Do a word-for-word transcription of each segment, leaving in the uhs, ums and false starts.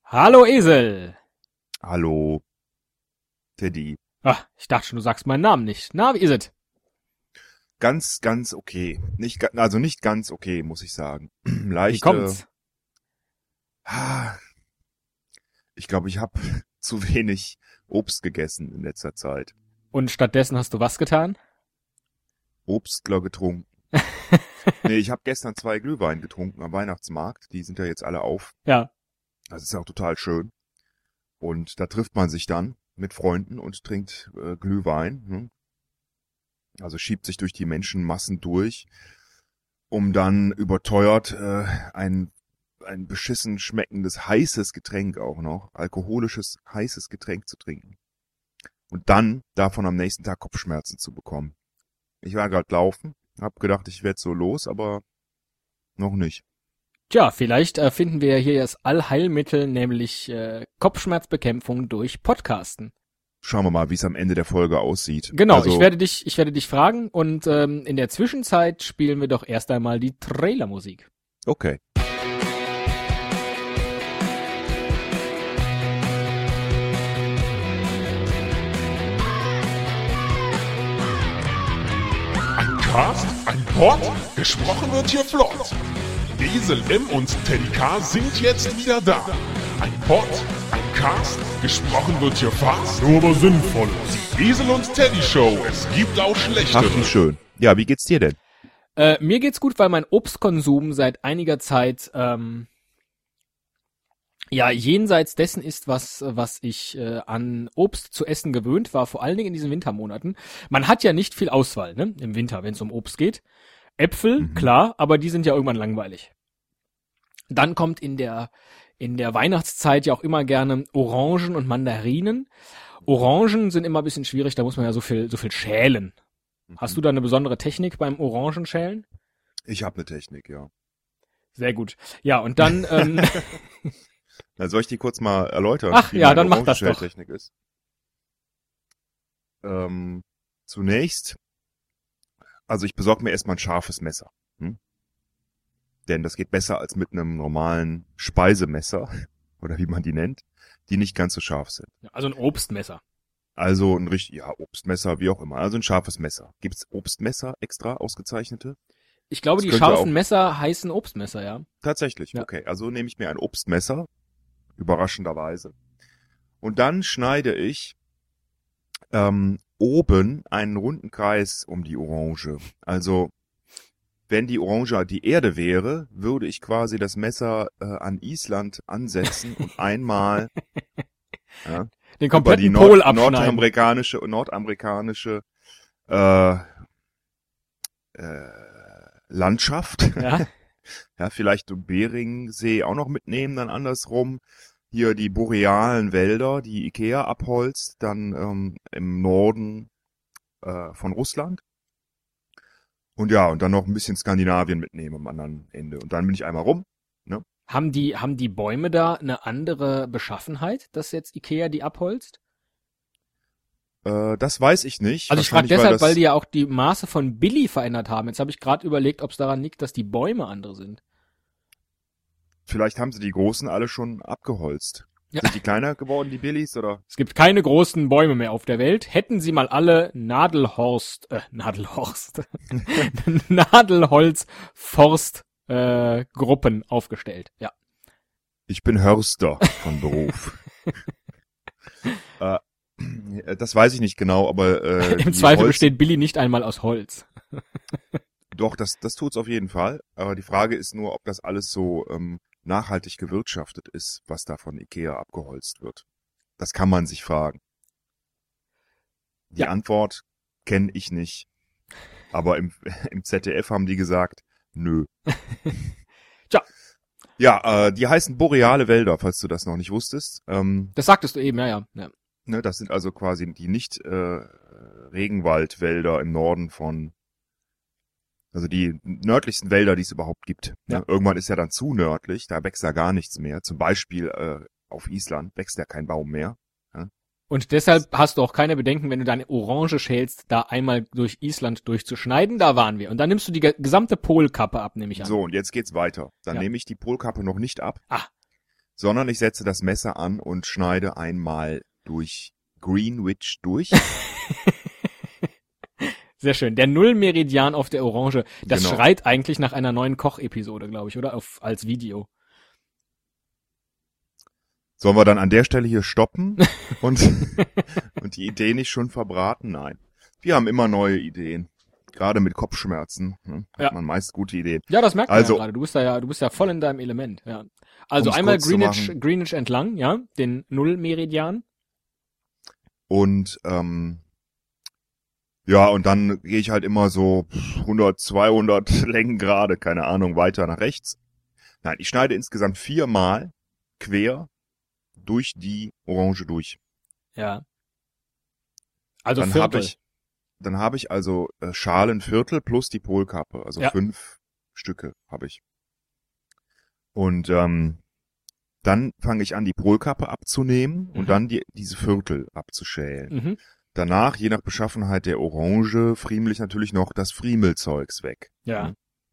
Hallo Esel. Hallo, Teddy. Ach, ich dachte schon, du sagst meinen Namen nicht. Na, wie ist es? Ganz, ganz okay. Nicht, ga- also nicht ganz okay, muss ich sagen. Leicht. Wie kommt's? Ah, Ich glaube, ich habe zu wenig Obst gegessen in letzter Zeit. Und stattdessen hast du was getan? Obstler getrunken. Nee, ich habe gestern zwei Glühwein getrunken am Weihnachtsmarkt. Die sind ja jetzt alle auf. Ja. Das ist ja auch total schön. Und da trifft man sich dann mit Freunden und trinkt äh, Glühwein. Ne? Also schiebt sich durch die Menschenmassen durch, um dann überteuert äh, ein ein beschissen schmeckendes heißes Getränk auch noch, alkoholisches heißes Getränk zu trinken. Und dann davon am nächsten Tag Kopfschmerzen zu bekommen. Ich war gerade laufen, hab gedacht, ich werd so los, aber noch nicht. Tja, vielleicht äh, finden wir ja hier das Allheilmittel, nämlich äh, Kopfschmerzbekämpfung durch Podcasten. Schauen wir mal, wie es am Ende der Folge aussieht. Genau, also, ich werde dich, ich werde dich fragen und ähm, in der Zwischenzeit spielen wir doch erst einmal die Trailermusik. Okay. Ein Cast, ein Pod, gesprochen wird hier flott. Esel M und Teddy K sind jetzt wieder da. Ein Pod, ein Cast, gesprochen wird hier fast, nur aber sinnvoll. Die Esel und Teddy Show, es gibt auch Ach, schlechtere. wie schön. Ja, wie geht's dir denn? Äh, mir geht's gut, weil mein Obstkonsum seit einiger Zeit ähm, ja jenseits dessen ist, was was ich äh, an Obst zu essen gewöhnt war, vor allen Dingen in diesen Wintermonaten. Man hat ja nicht viel Auswahl, ne, im Winter, wenn es um Obst geht. Äpfel, Mhm. klar, aber die sind ja irgendwann langweilig. Dann kommt in der in der Weihnachtszeit ja auch immer gerne Orangen und Mandarinen. Orangen sind immer ein bisschen schwierig, da muss man ja so viel so viel schälen. Hast du da eine besondere Technik beim Orangenschälen? Ich habe eine Technik, ja. Sehr gut. Ja, und dann ähm, Na, soll ich die kurz mal erläutern? Ach, wie ja, meine dann mach das doch. Orangenschältechnik ist? Ähm, zunächst, also ich besorge mir erstmal ein scharfes Messer. Hm? Denn das geht besser als mit einem normalen Speisemesser, oder wie man die nennt, die nicht ganz so scharf sind. also ein Obstmesser. Also ein richtig, ja, Obstmesser, wie auch immer. Also ein scharfes Messer. Gibt's Obstmesser extra, ausgezeichnete? Ich glaube, Das die könnte scharfen auch- Messer heißen Obstmesser, ja. Tatsächlich, Ja. okay. Also nehme ich mir ein Obstmesser, überraschenderweise. Und dann schneide ich ähm, oben einen runden Kreis um die Orange. Also wenn die Orange die Erde wäre, würde ich quasi das Messer äh, an Island ansetzen und einmal ja, Den über die kompletten Nord Pol abschneiden. nordamerikanische nordamerikanische äh, äh, Landschaft, Ja. ja, vielleicht so Beringsee auch noch mitnehmen, dann andersrum. Hier die borealen Wälder, die Ikea abholzt, dann ähm, im Norden äh, von Russland. Und ja, und dann noch ein bisschen Skandinavien mitnehmen am anderen Ende. Und dann bin ich einmal rum. Haben die, haben die Bäume da eine andere Beschaffenheit, dass jetzt Ikea die abholzt? Äh, das weiß ich nicht. Also ich frage Wahrscheinlich, weil deshalb, das- weil die ja auch die Maße von Billy verändert haben. Jetzt habe ich gerade überlegt, ob es daran liegt, dass die Bäume andere sind. Vielleicht haben sie die großen alle schon abgeholzt. Ja. Sind die kleiner geworden, die Billies, oder? Es gibt keine großen Bäume mehr auf der Welt. Hätten sie mal alle Nadelhorst, äh, Nadelhorst, Nadelholz-Forst äh, Gruppen aufgestellt. Ja. Ich bin Hörster von Beruf. äh, das weiß ich nicht genau, aber äh, Im die Zweifel Holz- besteht Billy nicht einmal aus Holz. Doch, das, das tut's auf jeden Fall. Aber die Frage ist nur, ob das alles so ähm, nachhaltig gewirtschaftet ist, was da von Ikea abgeholzt wird. Das kann man sich fragen. Die Ja. Antwort kenne ich nicht. Aber im, im Z D F haben die gesagt, nö. Tja. Ja, äh, die heißen boreale Wälder, falls du das noch nicht wusstest. Ähm, Das sagtest du eben, ja, ja. ja. ne, das sind also quasi die nicht äh, Regenwaldwälder im Norden von, also die nördlichsten Wälder, die es überhaupt gibt. Ja. Ne? Irgendwann ist ja dann zu nördlich, da wächst ja gar nichts mehr. Zum Beispiel äh, auf Island wächst ja kein Baum mehr. Und deshalb hast du auch keine Bedenken, wenn du deine Orange schälst, da einmal durch Island durchzuschneiden. Da waren wir. Und dann nimmst du die ge- gesamte Polkappe ab, nehme ich an. So, und jetzt geht's weiter. Dann Ja. nehme ich die Polkappe noch nicht ab, Ah. sondern ich setze das Messer an und schneide einmal durch Greenwich durch. Sehr schön. Der Nullmeridian auf der Orange. Das Genau. schreit eigentlich nach einer neuen Kochepisode, glaube ich, oder? Auf, als Video. Sollen wir dann an der Stelle hier stoppen und, und die Idee nicht schon verbraten? Nein. Wir haben immer neue Ideen. Gerade mit Kopfschmerzen, ne, hat Ja. man meist gute Ideen. Ja, das merkt man Also- ja gerade. Du bist da ja, du bist ja voll in deinem Element, ja. Also Um's einmal kurz zu Greenwich, machen. Greenwich entlang, ja, den Nullmeridian. Und ähm, ja, und dann gehe ich halt immer so hundert, zweihundert Längen gerade, keine Ahnung, weiter nach rechts. Nein, ich schneide insgesamt viermal quer durch die Orange durch. Ja. Also Dann Viertel. habe ich, dann habe ich also äh, Schalenviertel plus die Polkappe, also Ja. fünf Stücke habe ich. Und ähm, dann fange ich an, die Polkappe abzunehmen und Mhm. dann die, diese Viertel abzuschälen. Mhm. Danach, je nach Beschaffenheit der Orange, friemel ich natürlich noch das Friemelzeugs weg. Ja.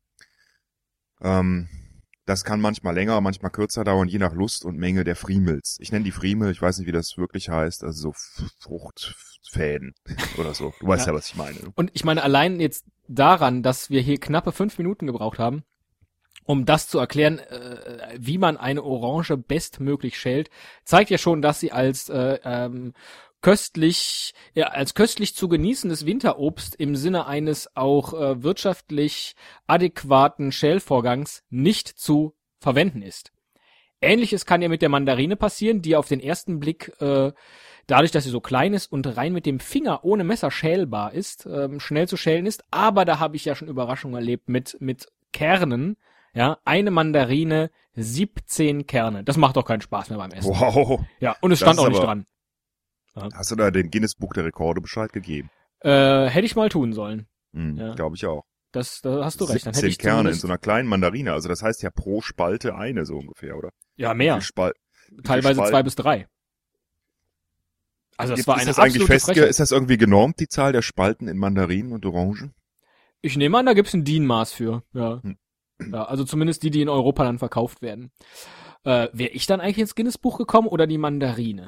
Ähm, das kann manchmal länger, manchmal kürzer dauern, je nach Lust und Menge der Friemels. Ich nenne die Friemel, ich weiß nicht, wie das wirklich heißt, also so F- Fruchtfäden oder so. Du weißt ja, Ja. was ich meine. Und ich meine, allein jetzt daran, dass wir hier knappe fünf Minuten gebraucht haben, um das zu erklären, äh, wie man eine Orange bestmöglich schält, zeigt ja schon, dass sie als äh, ähm, köstlich, ja, als köstlich zu genießendes Winterobst im Sinne eines auch äh, wirtschaftlich adäquaten Schälvorgangs nicht zu verwenden ist. Ähnliches kann ja mit der Mandarine passieren, die auf den ersten Blick äh, dadurch, dass sie so klein ist und rein mit dem Finger ohne Messer schälbar ist, ähm, schnell zu schälen ist. Aber da habe ich ja schon Überraschungen erlebt mit mit Kernen. Ja, eine Mandarine, siebzehn Kerne. Das macht doch keinen Spaß mehr beim Essen. Wow. Ja, und es Das stand ist auch nicht aber- dran. Hast du da dem Guinness Buch der Rekorde Bescheid gegeben? Äh, hätte ich mal tun sollen. Hm, Ja. Glaube ich auch. Das, da hast du recht. Dann hätte siebzehn ich Kerne in zumindest, so einer kleinen Mandarine, also das heißt ja pro Spalte eine so ungefähr, oder? ja, Wie mehr. viel Spal- Teilweise Spalten? zwei bis drei. Also das Gibt- war ist eine das eigentlich absolute festge Frechheit. ist das irgendwie genormt, die Zahl der Spalten in Mandarinen und Orangen? Ich nehme an, da gibt's ein D I N-Maß für. Ja. Hm. Ja, also zumindest die, die in Europa dann verkauft werden. Äh, wäre ich dann eigentlich ins Guinness-Buch gekommen oder die Mandarine?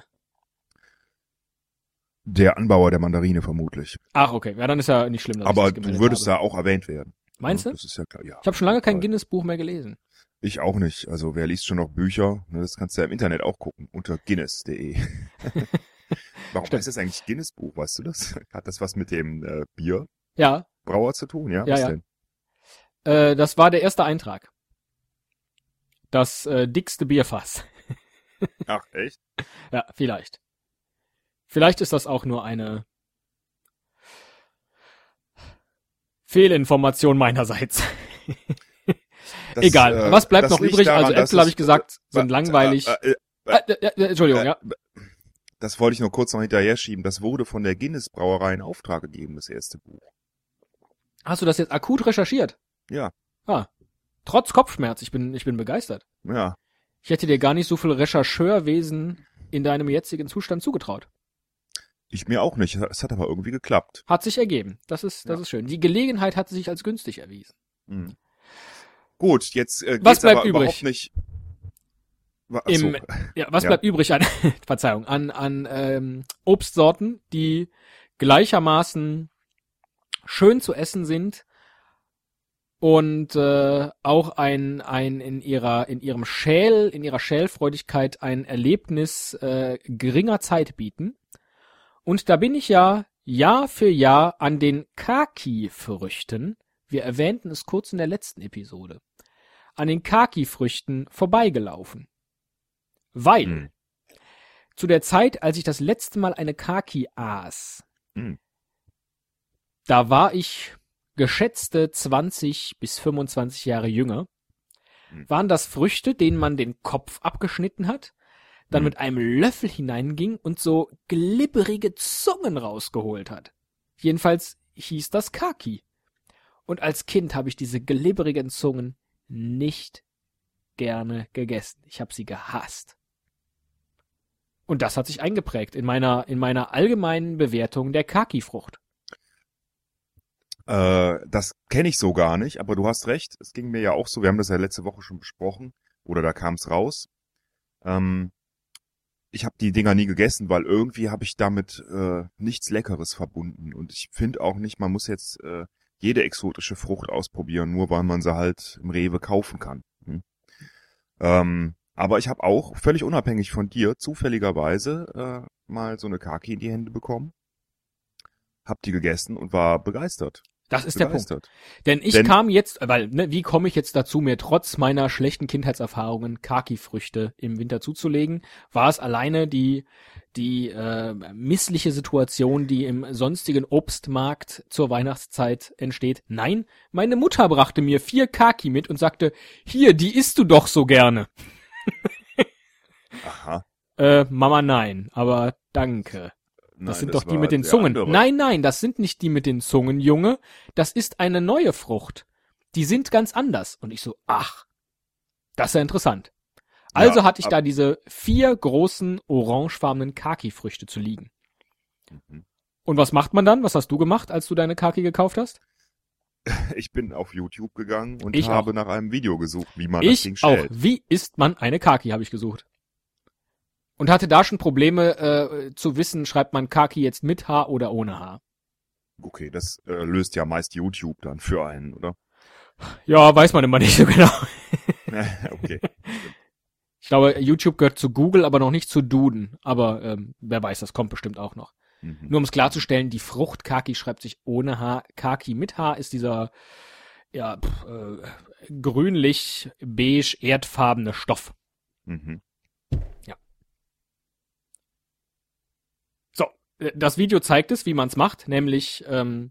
Der Anbauer der Mandarine vermutlich. Ach, okay. Ja, dann ist ja nicht schlimm, dass Aber ich das du gemeldet würdest habe. da auch erwähnt werden. Meinst Ja, du? Das ist ja klar, ja. Ich habe schon lange kein Aber Guinness-Buch mehr gelesen. Ich auch nicht. Also wer liest schon noch Bücher? Ne, das kannst du ja im Internet auch gucken. Unter guinness punkt de. Warum Stimmt. heißt das eigentlich Guinness-Buch? Weißt du das? Hat das was mit dem äh, Ja, Bierbrauer zu tun? Ja, Ja, was ja. denn? äh, das war der erste Eintrag. Das äh, dickste Bierfass. Ach, echt? Ja, vielleicht. Vielleicht ist das auch nur eine Fehlinformation meinerseits. Das, Egal. äh, Was bleibt das noch liegt übrig? daran, Also dass Äpfel, habe es- ich gesagt, sind äh, langweilig. Äh, äh, Äh, äh, äh, Entschuldigung, äh, ja. Das wollte ich nur kurz noch hinterher schieben. Das wurde von der Guinness Brauerei in Auftrag gegeben, das erste Buch. Hast du das jetzt akut recherchiert? Ja. Ah. Trotz Kopfschmerz. Ich bin, ich bin begeistert. Ja. Ich hätte dir gar nicht so viel Rechercheurwesen in deinem jetzigen Zustand zugetraut. Ich mir auch nicht. Es hat aber irgendwie geklappt. Hat sich ergeben. Das ist, das Ja. ist schön. Die Gelegenheit hat sich als günstig erwiesen. Mhm. Gut, jetzt äh, Was geht's bleibt aber übrig? überhaupt nicht. Wa- ach so. Im- Ja, was Ja. bleibt übrig an, Verzeihung, an, an ähm, Obstsorten, die gleichermaßen schön zu essen sind und äh, auch ein, ein in ihrer, in ihrem Schäl, in ihrer Schälfreudigkeit ein Erlebnis äh, geringer Zeit bieten. Und da bin ich ja Jahr für Jahr an den Kaki-Früchten, wir erwähnten es kurz in der letzten Episode, an den Kaki-Früchten vorbeigelaufen. Weil Hm. zu der Zeit, als ich das letzte Mal eine Kaki aß, Hm. da war ich geschätzte zwanzig bis fünfundzwanzig Jahre jünger, Hm. waren das Früchte, denen man den Kopf abgeschnitten hat, dann Hm. mit einem Löffel hineinging und so glibberige Zungen rausgeholt hat. Jedenfalls hieß das Kaki. Und als Kind habe ich diese glibberigen Zungen nicht gerne gegessen. Ich habe sie gehasst. Und das hat sich eingeprägt in meiner, in meiner allgemeinen Bewertung der Kaki-Frucht. Äh, das kenne ich so gar nicht, aber du hast recht. Es ging mir ja auch so. Wir haben das ja letzte Woche schon besprochen. Oder da kam es raus. Ähm, ich habe die Dinger nie gegessen, weil irgendwie habe ich damit äh, nichts Leckeres verbunden. Und ich finde auch nicht, man muss jetzt äh, jede exotische Frucht ausprobieren, nur weil man sie halt im Rewe kaufen kann. Hm? Ähm, aber ich habe auch, völlig unabhängig von dir, zufälligerweise äh, mal so eine Kaki in die Hände bekommen, hab die gegessen und war begeistert. Das ist begeistert. der Punkt. Denn ich Denn, kam jetzt, weil, ne, wie komme ich jetzt dazu, mir trotz meiner schlechten Kindheitserfahrungen Kaki-Früchte im Winter zuzulegen? War es alleine die die äh, missliche Situation, die im sonstigen Obstmarkt zur Weihnachtszeit entsteht? Nein, meine Mutter brachte mir vier Kaki mit und sagte, hier, die isst du doch so gerne. Aha. Äh, Mama, nein, aber danke. Nein, Das sind das doch die war mit den der Zungen. andere. Nein, nein, das sind nicht die mit den Zungen, Junge. Das ist eine neue Frucht. Die sind ganz anders. Und ich so, ach, das ist ja interessant. Also Ja, hatte ich ab- da diese vier großen orangefarbenen Kaki-Früchte zu liegen. Mhm. Und was macht man dann? Was hast du gemacht, als du deine Kaki gekauft hast? Ich bin auf YouTube gegangen und Ich habe auch. nach einem Video gesucht, wie man das Ding Ich auch. schält. Wie isst man eine Kaki, habe ich gesucht. Und hatte da schon Probleme äh, zu wissen, schreibt man Kaki jetzt mit H oder ohne H. Okay, das äh, löst ja meist YouTube dann für einen, oder? Ja, weiß man immer nicht so genau. Okay. Ich glaube, YouTube gehört zu Google, aber noch nicht zu Duden. Aber ähm, wer weiß, das kommt bestimmt auch noch. Mhm. Nur um es klarzustellen, die Frucht Kaki schreibt sich ohne H. Kaki mit H ist dieser ja pff, äh, grünlich beige erdfarbene Stoff. Mhm. So, äh, das Video zeigt es, wie man es macht, nämlich ähm,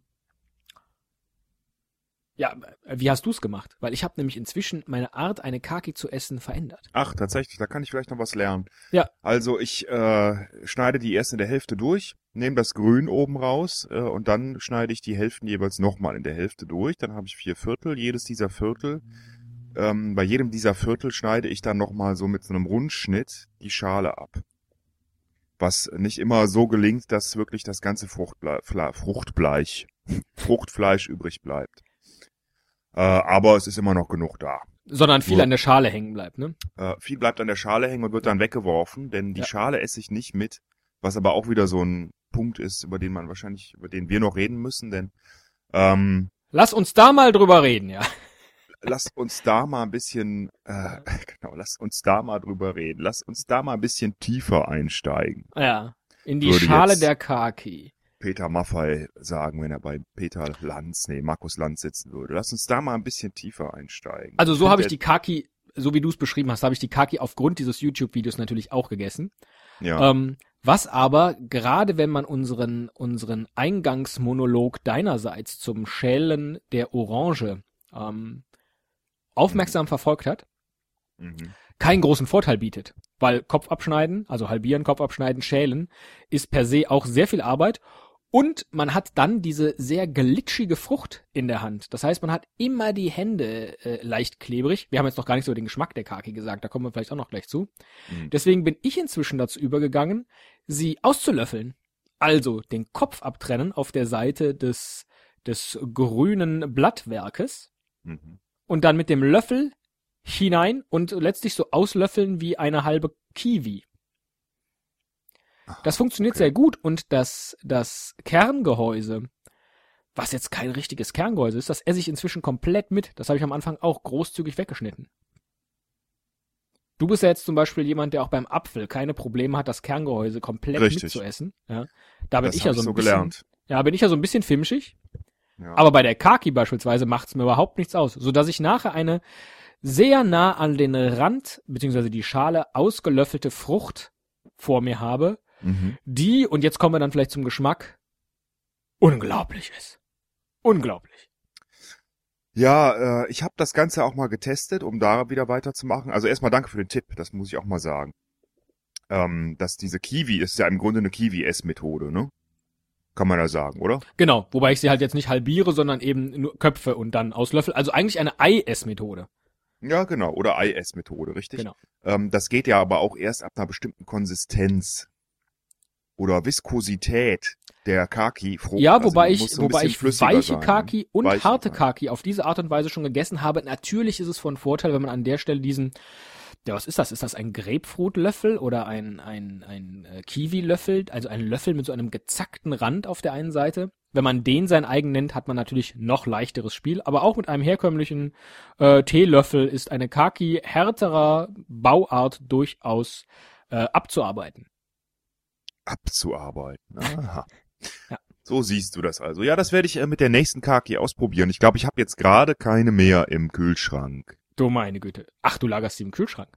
ja, äh, wie hast du es gemacht? Weil ich habe nämlich inzwischen meine Art, eine Kaki zu essen, verändert. Ach, tatsächlich, da kann ich vielleicht noch was lernen. Ja. Also ich äh, schneide die erst in der Hälfte durch, nehme das Grün oben raus äh, und dann schneide ich die Hälften jeweils nochmal in der Hälfte durch. Dann habe ich vier Viertel. Jedes dieser Viertel, ähm, bei jedem dieser Viertel schneide ich dann nochmal so mit so einem Rundschnitt die Schale ab. Was nicht immer so gelingt, dass wirklich das ganze Fruchtble Fla Fruchtbleich, Fruchtfleisch übrig bleibt. Äh, aber es ist immer noch genug da. Sondern viel Nur- an der Schale hängen bleibt, ne? Äh, viel bleibt an der Schale hängen und wird dann weggeworfen, denn die Ja. Schale esse ich nicht mit, was aber auch wieder so ein Punkt ist, über den man wahrscheinlich, über den wir noch reden müssen, denn ähm, Lass uns da mal drüber reden, ja. lasst uns da mal ein bisschen, äh, genau, lasst uns da mal drüber reden, lasst uns da mal ein bisschen tiefer einsteigen. Ja. In die Würde Schale jetzt- der Kaki. Peter Maffay sagen, wenn er bei Peter Lanz, nee, Markus Lanz sitzen würde. Lass uns da mal ein bisschen tiefer einsteigen. Also so habe ich find, die Kaki, so wie du es beschrieben hast, habe ich die Kaki aufgrund dieses YouTube-Videos natürlich auch gegessen. Ja, Ähm, was aber, gerade wenn man unseren, unseren Eingangsmonolog deinerseits zum Schälen der Orange ähm, aufmerksam verfolgt hat, mhm. keinen großen Vorteil bietet. Weil Kopf abschneiden, also halbieren, Kopf abschneiden, schälen, ist per se auch sehr viel Arbeit. Und man hat dann diese sehr glitschige Frucht in der Hand. Das heißt, man hat immer die Hände äh, leicht klebrig. Wir haben jetzt noch gar nicht so den Geschmack der Kaki gesagt, da kommen wir vielleicht auch noch gleich zu. Mhm. Deswegen bin ich inzwischen dazu übergegangen, sie auszulöffeln. Also den Kopf abtrennen auf der Seite des, des grünen Blattwerkes Mhm. und dann mit dem Löffel hinein und letztlich so auslöffeln wie eine halbe Kiwi. Das funktioniert okay. sehr gut und das, das Kerngehäuse, was jetzt kein richtiges Kerngehäuse ist, das esse ich inzwischen komplett mit. Das habe ich am Anfang auch großzügig weggeschnitten. Du bist ja jetzt zum Beispiel jemand, der auch beim Apfel keine Probleme hat, das Kerngehäuse komplett Richtig. mitzuessen. Ja, da bin Das ich ja hab so ein so bisschen, gelernt. ja, bin ich ja so ein bisschen fimschig. Ja. Aber bei der Kaki beispielsweise macht's mir überhaupt nichts aus, sodass ich nachher eine sehr nah an den Rand beziehungsweise die Schale ausgelöffelte Frucht vor mir habe, Mhm. die, und jetzt kommen wir dann vielleicht zum Geschmack, unglaublich ist. Unglaublich. Ja, äh, ich habe das Ganze auch mal getestet, um da wieder weiterzumachen. Also erstmal danke für den Tipp, das muss ich auch mal sagen. Ähm, dass diese Kiwi, das ist ja im Grunde eine Kiwi-Ess-Methode, ne? Kann man ja sagen, oder? Genau, wobei ich sie halt jetzt nicht halbiere, sondern eben nur Köpfe und dann auslöffel. Also eigentlich eine Ei-Ess-Methode. Ja, genau. Oder Ei-Ess-Methode, richtig? Genau. Ähm, das geht ja aber auch erst ab einer bestimmten Konsistenz oder Viskosität der Kaki-Frucht. Ja, Also wobei die ich, muss so ein wobei bisschen ich flüssiger weiche sein, ne? Kaki und Weiche harte Kaki. Kaki auf diese Art und Weise schon gegessen habe. Natürlich ist es von Vorteil, wenn man an der Stelle diesen Ja, was ist das? Ist das ein Grapefruitlöffel oder ein, ein, ein äh, Kiwi-Löffel? Also ein Löffel mit so einem gezackten Rand auf der einen Seite. Wenn man den sein eigen nennt, hat man natürlich noch leichteres Spiel. Aber auch mit einem herkömmlichen äh, Teelöffel ist eine Kaki härterer Bauart durchaus äh, abzuarbeiten. Abzuarbeiten. Aha. Ja. So siehst du das also. Ja, das werde ich äh, mit der nächsten Kaki ausprobieren. Ich glaube, ich habe jetzt gerade keine mehr im Kühlschrank. Du meine Güte. Ach, du lagerst sie im Kühlschrank.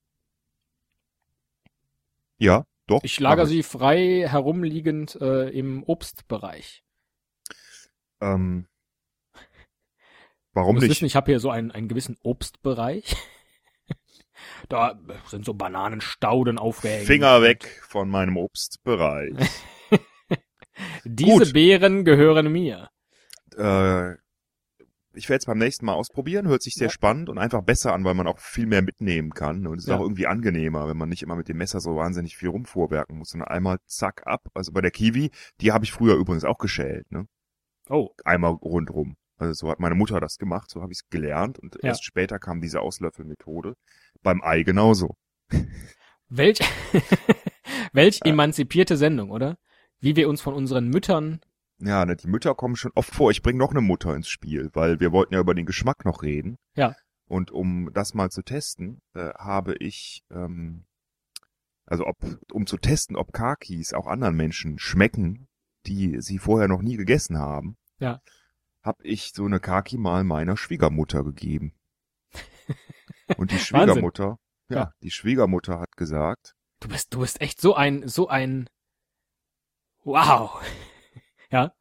Ja, doch. Ich lager mach sie frei herumliegend äh, im Obstbereich. Ähm, warum Du musst nicht? wissen, ich habe hier so einen, einen gewissen Obstbereich. Da sind so Bananenstauden aufgehängt. Finger weg von meinem Obstbereich. Diese Gut. Beeren gehören mir. äh, ich werde es beim nächsten Mal ausprobieren. Hört sich sehr Ja. spannend und einfach besser an, weil man auch viel mehr mitnehmen kann. Und es ist Ja. auch irgendwie angenehmer, wenn man nicht immer mit dem Messer so wahnsinnig viel rumfuhrwerken muss, sondern einmal zack ab. Also bei der Kiwi, die habe ich früher übrigens auch geschält, ne? Oh, Einmal rundrum. Also so hat meine Mutter das gemacht, so habe ich es gelernt und Ja. erst später kam diese Auslöffelmethode. Beim Ei genauso. welch, welch emanzipierte Sendung, oder? Wie wir uns von unseren Müttern... Ja, ne, die Mütter kommen schon oft vor. Ich bringe noch eine Mutter ins Spiel, weil wir wollten ja über den Geschmack noch reden. Ja. Und um das mal zu testen, äh, habe ich, ähm, also ob, um zu testen, ob Kakis auch anderen Menschen schmecken, die sie vorher noch nie gegessen haben, Ja. habe ich so eine Kaki mal meiner Schwiegermutter gegeben. Und die Schwiegermutter, ja, Ja. die Schwiegermutter hat gesagt, Du bist, du bist echt so ein, so ein... Wow. Ja.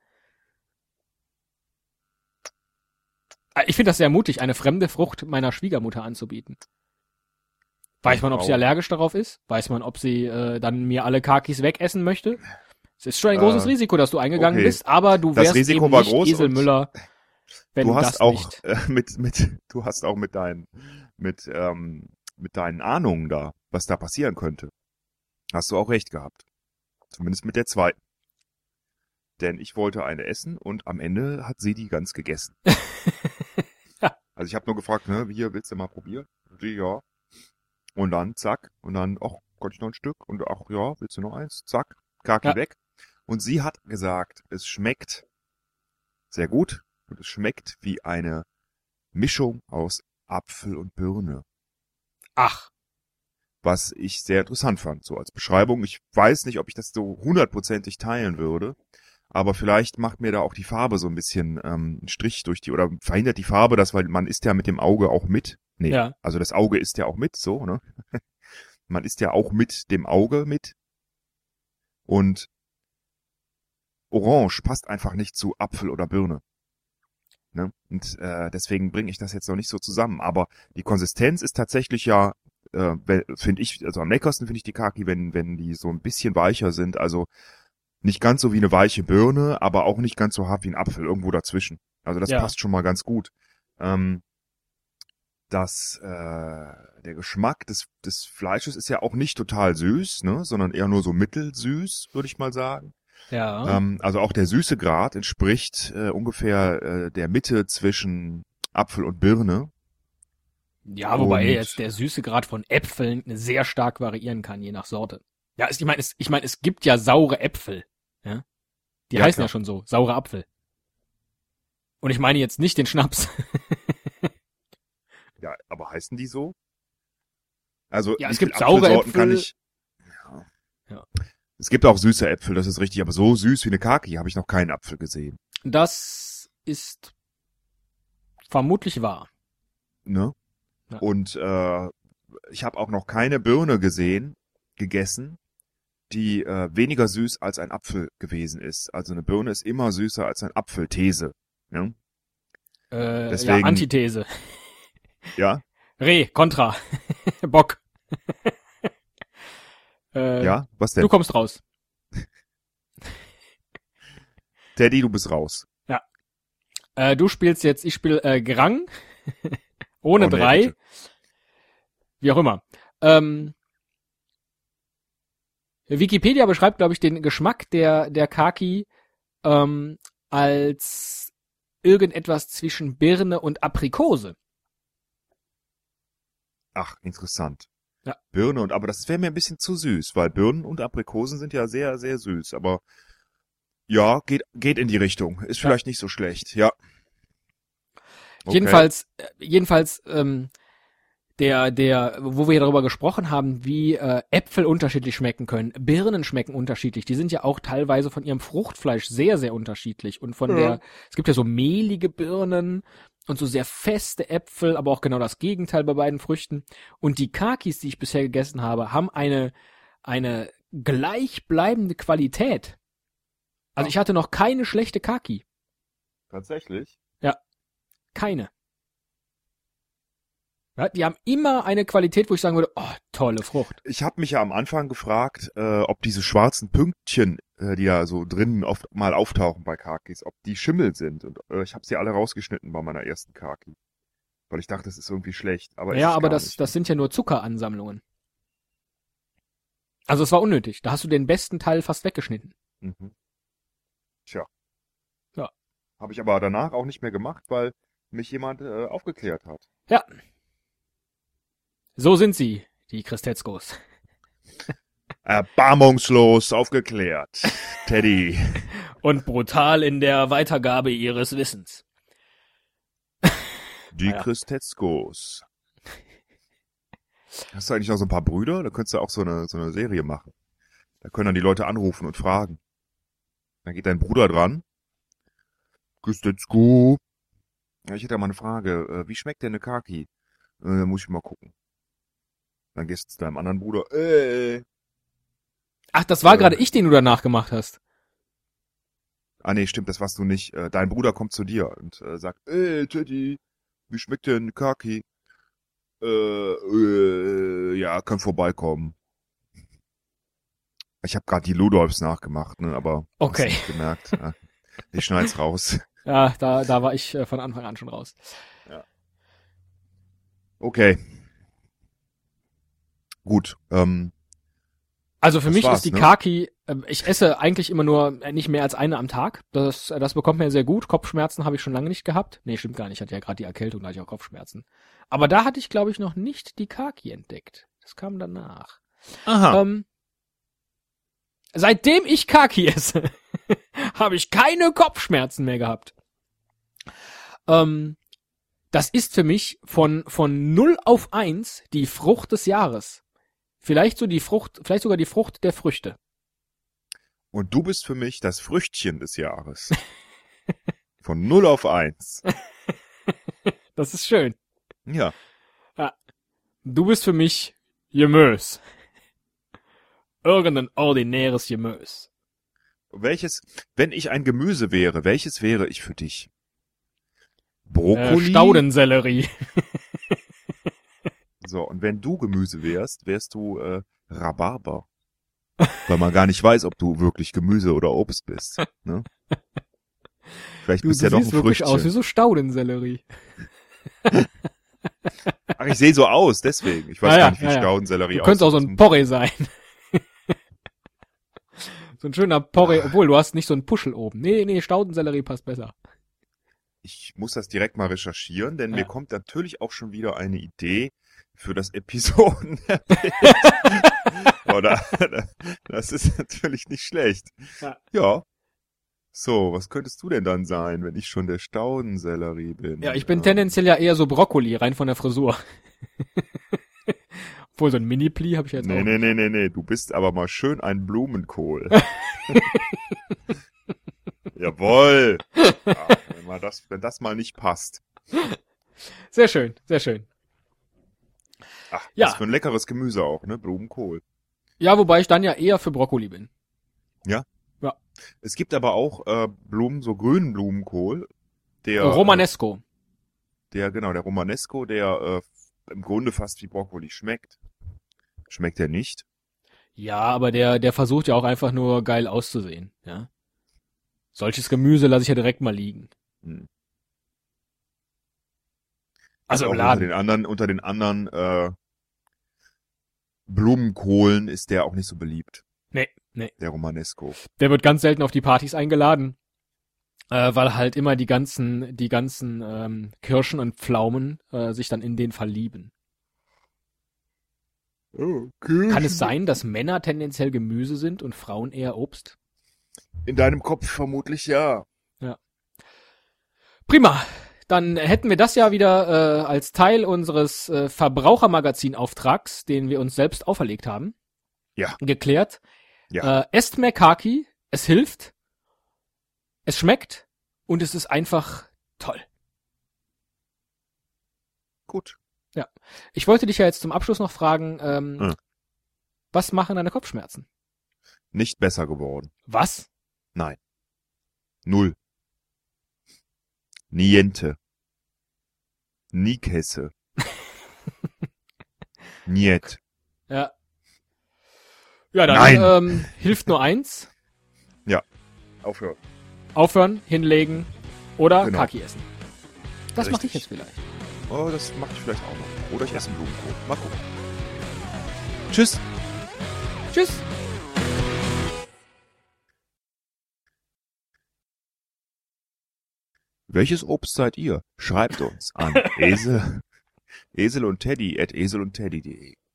Ich finde das sehr mutig, eine fremde Frucht meiner Schwiegermutter anzubieten. Weiß man, ob sie Wow. allergisch darauf ist? Weiß man, ob sie äh, dann mir alle Kakis wegessen möchte? Es ist schon ein großes Äh, Risiko, dass du eingegangen okay. bist, aber du Das wärst Risiko eben war nicht groß Esel und Müller, wenn du du hast das auch nicht. äh, mit mit du hast auch mit deinen mit ähm, mit deinen Ahnungen da, was da passieren könnte. Hast du auch recht gehabt. Zumindest mit der zweiten. Denn ich wollte eine essen und am Ende hat sie die ganz gegessen. Ja. Also ich habe nur gefragt, ne, hier, willst du mal probieren? Sie, ja. Und dann, zack, und dann, ach, konnte ich noch ein Stück? Und ach, ja, willst du noch eins? Zack, Kaki Ja. weg. Und sie hat gesagt, es schmeckt sehr gut und es schmeckt wie eine Mischung aus Apfel und Birne. Ach, Was ich sehr interessant fand, so als Beschreibung. Ich weiß nicht, ob ich das so hundertprozentig teilen würde, aber vielleicht macht mir da auch die Farbe so ein bisschen ähm, einen Strich durch die, oder verhindert die Farbe das, weil man isst ja mit dem Auge auch mit. Nee, Ja. also das Auge isst ja auch mit, so, ne? Man isst ja auch mit dem Auge mit. Und Orange passt einfach nicht zu Apfel oder Birne. Ne? Und äh, deswegen bringe ich das jetzt noch nicht so zusammen. Aber die Konsistenz ist tatsächlich ja, äh, finde ich, also am leckersten finde ich die Kaki, wenn wenn die so ein bisschen weicher sind. Also nicht ganz so wie eine weiche Birne, aber auch nicht ganz so hart wie ein Apfel, irgendwo dazwischen. Also das Ja. passt schon mal ganz gut. Ähm, das, äh, der Geschmack des, des Fleisches ist ja auch nicht total süß, ne, sondern eher nur so mittelsüß, würde ich mal sagen. ja. Ähm, also auch der süße Grad entspricht äh, ungefähr äh, der Mitte zwischen Apfel und Birne. Ja, wobei und- jetzt der süße Grad von Äpfeln sehr stark variieren kann, je nach Sorte. Ja, es- ich meine, es, ich meine, es gibt ja saure Äpfel. Ja? Die Ja, heißen klar. ja schon so, saure Apfel. Und ich meine jetzt nicht den Schnaps. Ja, aber heißen die so? Also Ja, wie es viel gibt saure Apfelsorten kann Äpfel. ich. Ja. Ja. Es gibt auch süße Äpfel, das ist richtig, aber so süß wie eine Kaki habe ich noch keinen Apfel gesehen. Das ist vermutlich wahr. Ne? Ja. Und äh, ich habe auch noch keine Birne gesehen, gegessen, die äh, weniger süß als ein Apfel gewesen ist. Also eine Birne ist immer süßer als ein Apfel, These. Ne? Äh, Deswegen- ja, Antithese. Ja, Re, Kontra. Bock. äh, ja, was denn? Du kommst raus. Teddy, du bist raus. Äh, du spielst jetzt, ich spiele äh, Grang. Ohne Oh, nee, drei. bitte. Wie auch immer. Ähm, Wikipedia beschreibt, glaube ich, den Geschmack der, der Kaki ähm, als irgendetwas zwischen Birne und Aprikose. Ach, interessant. Ja. Birne und, aber das wäre mir ein bisschen zu süß, weil Birnen und Aprikosen sind ja sehr, sehr süß, aber ja, geht, geht in die Richtung. Ist vielleicht ja. nicht so schlecht, ja. Okay. Jedenfalls, jedenfalls, ähm, der, der, wo wir darüber gesprochen haben, wie äh, Äpfel unterschiedlich schmecken können. Birnen schmecken unterschiedlich. Die sind ja auch teilweise von ihrem Fruchtfleisch sehr, sehr unterschiedlich. Und von ja. der, es gibt ja so mehlige Birnen und so sehr feste Äpfel, aber auch genau das Gegenteil bei beiden Früchten. Und die Kakis, die ich bisher gegessen habe, haben eine, eine gleichbleibende Qualität. Also ja. ich hatte noch keine schlechte Kaki. Tatsächlich? Ja. Keine. Ja, die haben immer eine Qualität, wo ich sagen würde, oh, tolle Frucht. Ich habe mich ja am Anfang gefragt, äh, ob diese schwarzen Pünktchen, äh, die ja so drinnen oft mal auftauchen bei Kakis, ob die Schimmel sind. Und äh, ich habe sie alle rausgeschnitten bei meiner ersten Kaki. Weil ich dachte, das ist irgendwie schlecht. Aber ja, ist aber gar das, nicht. das sind ja nur Zuckeransammlungen. Also es war unnötig. Da hast du den besten Teil fast weggeschnitten. Mhm. Tja. Ja. Habe ich aber danach auch nicht mehr gemacht, weil mich jemand äh, aufgeklärt hat. Ja. So sind sie, die Christetzkos. Erbarmungslos aufgeklärt, Teddy. Und brutal in der Weitergabe ihres Wissens. Die naja. Christetzkos. Hast du eigentlich noch so ein paar Brüder? Da könntest du auch so eine, so eine Serie machen. Da können dann die Leute anrufen und fragen. Dann geht dein Bruder dran. Christetzko. Ja, ich hätte ja mal eine Frage. Wie schmeckt denn eine Kaki? Äh, muss ich mal gucken. Dann gehst du zu deinem anderen Bruder. Äh. Ach, das war äh, gerade ich, den du danach gemacht hast. Ah nee, stimmt, das warst du nicht. Äh, dein Bruder kommt zu dir und äh, sagt, ey, Teddy, wie schmeckt denn Kaki? Äh, äh, ja, kann vorbeikommen. Ich habe gerade die Ludolfs nachgemacht, ne, aber okay. Hast du nicht gemerkt. Ja, ich schneid's raus. Ja, da, da war ich äh, von Anfang an schon raus. Ja. Okay. Gut, ähm. Also für mich war's, ist die ne? Kaki, äh, ich esse eigentlich immer nur nicht mehr als eine am Tag. Das, das bekommt mir sehr gut. Kopfschmerzen habe ich schon lange nicht gehabt. Nee, stimmt gar nicht. Ich hatte ja gerade die Erkältung, da hatte ich auch Kopfschmerzen. Aber da hatte ich, glaube ich, noch nicht die Kaki entdeckt. Das kam danach. Aha. Ähm, seitdem ich Kaki esse, habe ich keine Kopfschmerzen mehr gehabt. Ähm, das ist für mich von, von null auf eins die Frucht des Jahres. Vielleicht so die Frucht, vielleicht sogar die Frucht der Früchte. Und du bist für mich das Früchtchen des Jahres. Von null auf eins. Das ist schön. Ja. Ja. Du bist für mich Gemüse. Irgendein ordinäres Gemüse. Welches, wenn ich ein Gemüse wäre, welches wäre ich für dich? Brokkoli? Äh, Staudensellerie. So, und wenn du Gemüse wärst, wärst du äh, Rhabarber. Weil man gar nicht weiß, ob du wirklich Gemüse oder Obst bist. Ne? Vielleicht Du, bist du ja doch ein siehst wirklich Früchtchen. aus wie so Staudensellerie. Ach, ich sehe so aus, deswegen. Ich weiß Ah, ja, gar nicht, wie ja, ja. Staudensellerie Du könntest auch aussieht. so ein Porree sein. So ein schöner Porree, obwohl du hast nicht so einen Puschel oben. Nee, nee, Staudensellerie passt besser. Ich muss das direkt mal recherchieren, denn Ja. mir kommt natürlich auch schon wieder eine Idee für das Episoden. Oder, das ist natürlich nicht schlecht. Ja. Ja. So, was könntest du denn dann sein, wenn ich schon der Staudensellerie bin? Ja, ich bin Ähm, tendenziell ja eher so Brokkoli, rein von der Frisur. Obwohl, so ein Mini-Pli habe ich jetzt Nee, auch. nee, nee, nee, nee, du bist aber mal schön ein Blumenkohl. Jawohl. Ja, wenn, mal das, wenn das mal nicht passt. Sehr schön, sehr schön. Ach, Ja. was für ein leckeres Gemüse auch, ne? Blumenkohl. Ja, wobei ich dann ja eher für Brokkoli bin. Es gibt aber auch äh, Blumen, so grünen Blumenkohl. Der, Romanesco. Der, genau, der Romanesco, der äh, im Grunde fast wie Brokkoli schmeckt. Schmeckt er nicht. Ja, aber der, der versucht ja auch einfach nur geil auszusehen, ja. Solches Gemüse lasse ich ja direkt mal liegen. Hm. Also auch im unter Laden. den anderen, unter den anderen äh, Blumenkohlen ist der auch nicht so beliebt. Nee, nee. Der Romanesco. Der wird ganz selten auf die Partys eingeladen, äh, weil halt immer die ganzen, die ganzen ähm, Kirschen und Pflaumen äh, sich dann in den verlieben. Okay. Kann es sein, dass Männer tendenziell Gemüse sind und Frauen eher Obst? In deinem Kopf vermutlich ja. Prima. Dann hätten wir das ja wieder äh, als Teil unseres äh, Verbrauchermagazin-Auftrags, den wir uns selbst auferlegt haben, Ja. geklärt. Ja. Äh, esst mehr Kaki, es hilft, es schmeckt und es ist einfach toll. Gut. Ich wollte dich ja jetzt zum Abschluss noch fragen, ähm, Hm. was machen deine Kopfschmerzen? Nicht besser geworden. Was? Nein. Null. Niente. Nikesse. Niet. Ja. Ja, dann Nein. Ähm, hilft nur eins, Aufhören. aufhören, hinlegen oder Genau. Kaki essen. Das mache ich Richtig. jetzt vielleicht. Oh, das mache ich vielleicht auch noch. Oder ich esse einen Blumenkohl. Mal gucken. Tschüss. Tschüss. Welches Obst seid ihr? Schreibt uns an esel, esel und Teddy at esel und teddy punkt de.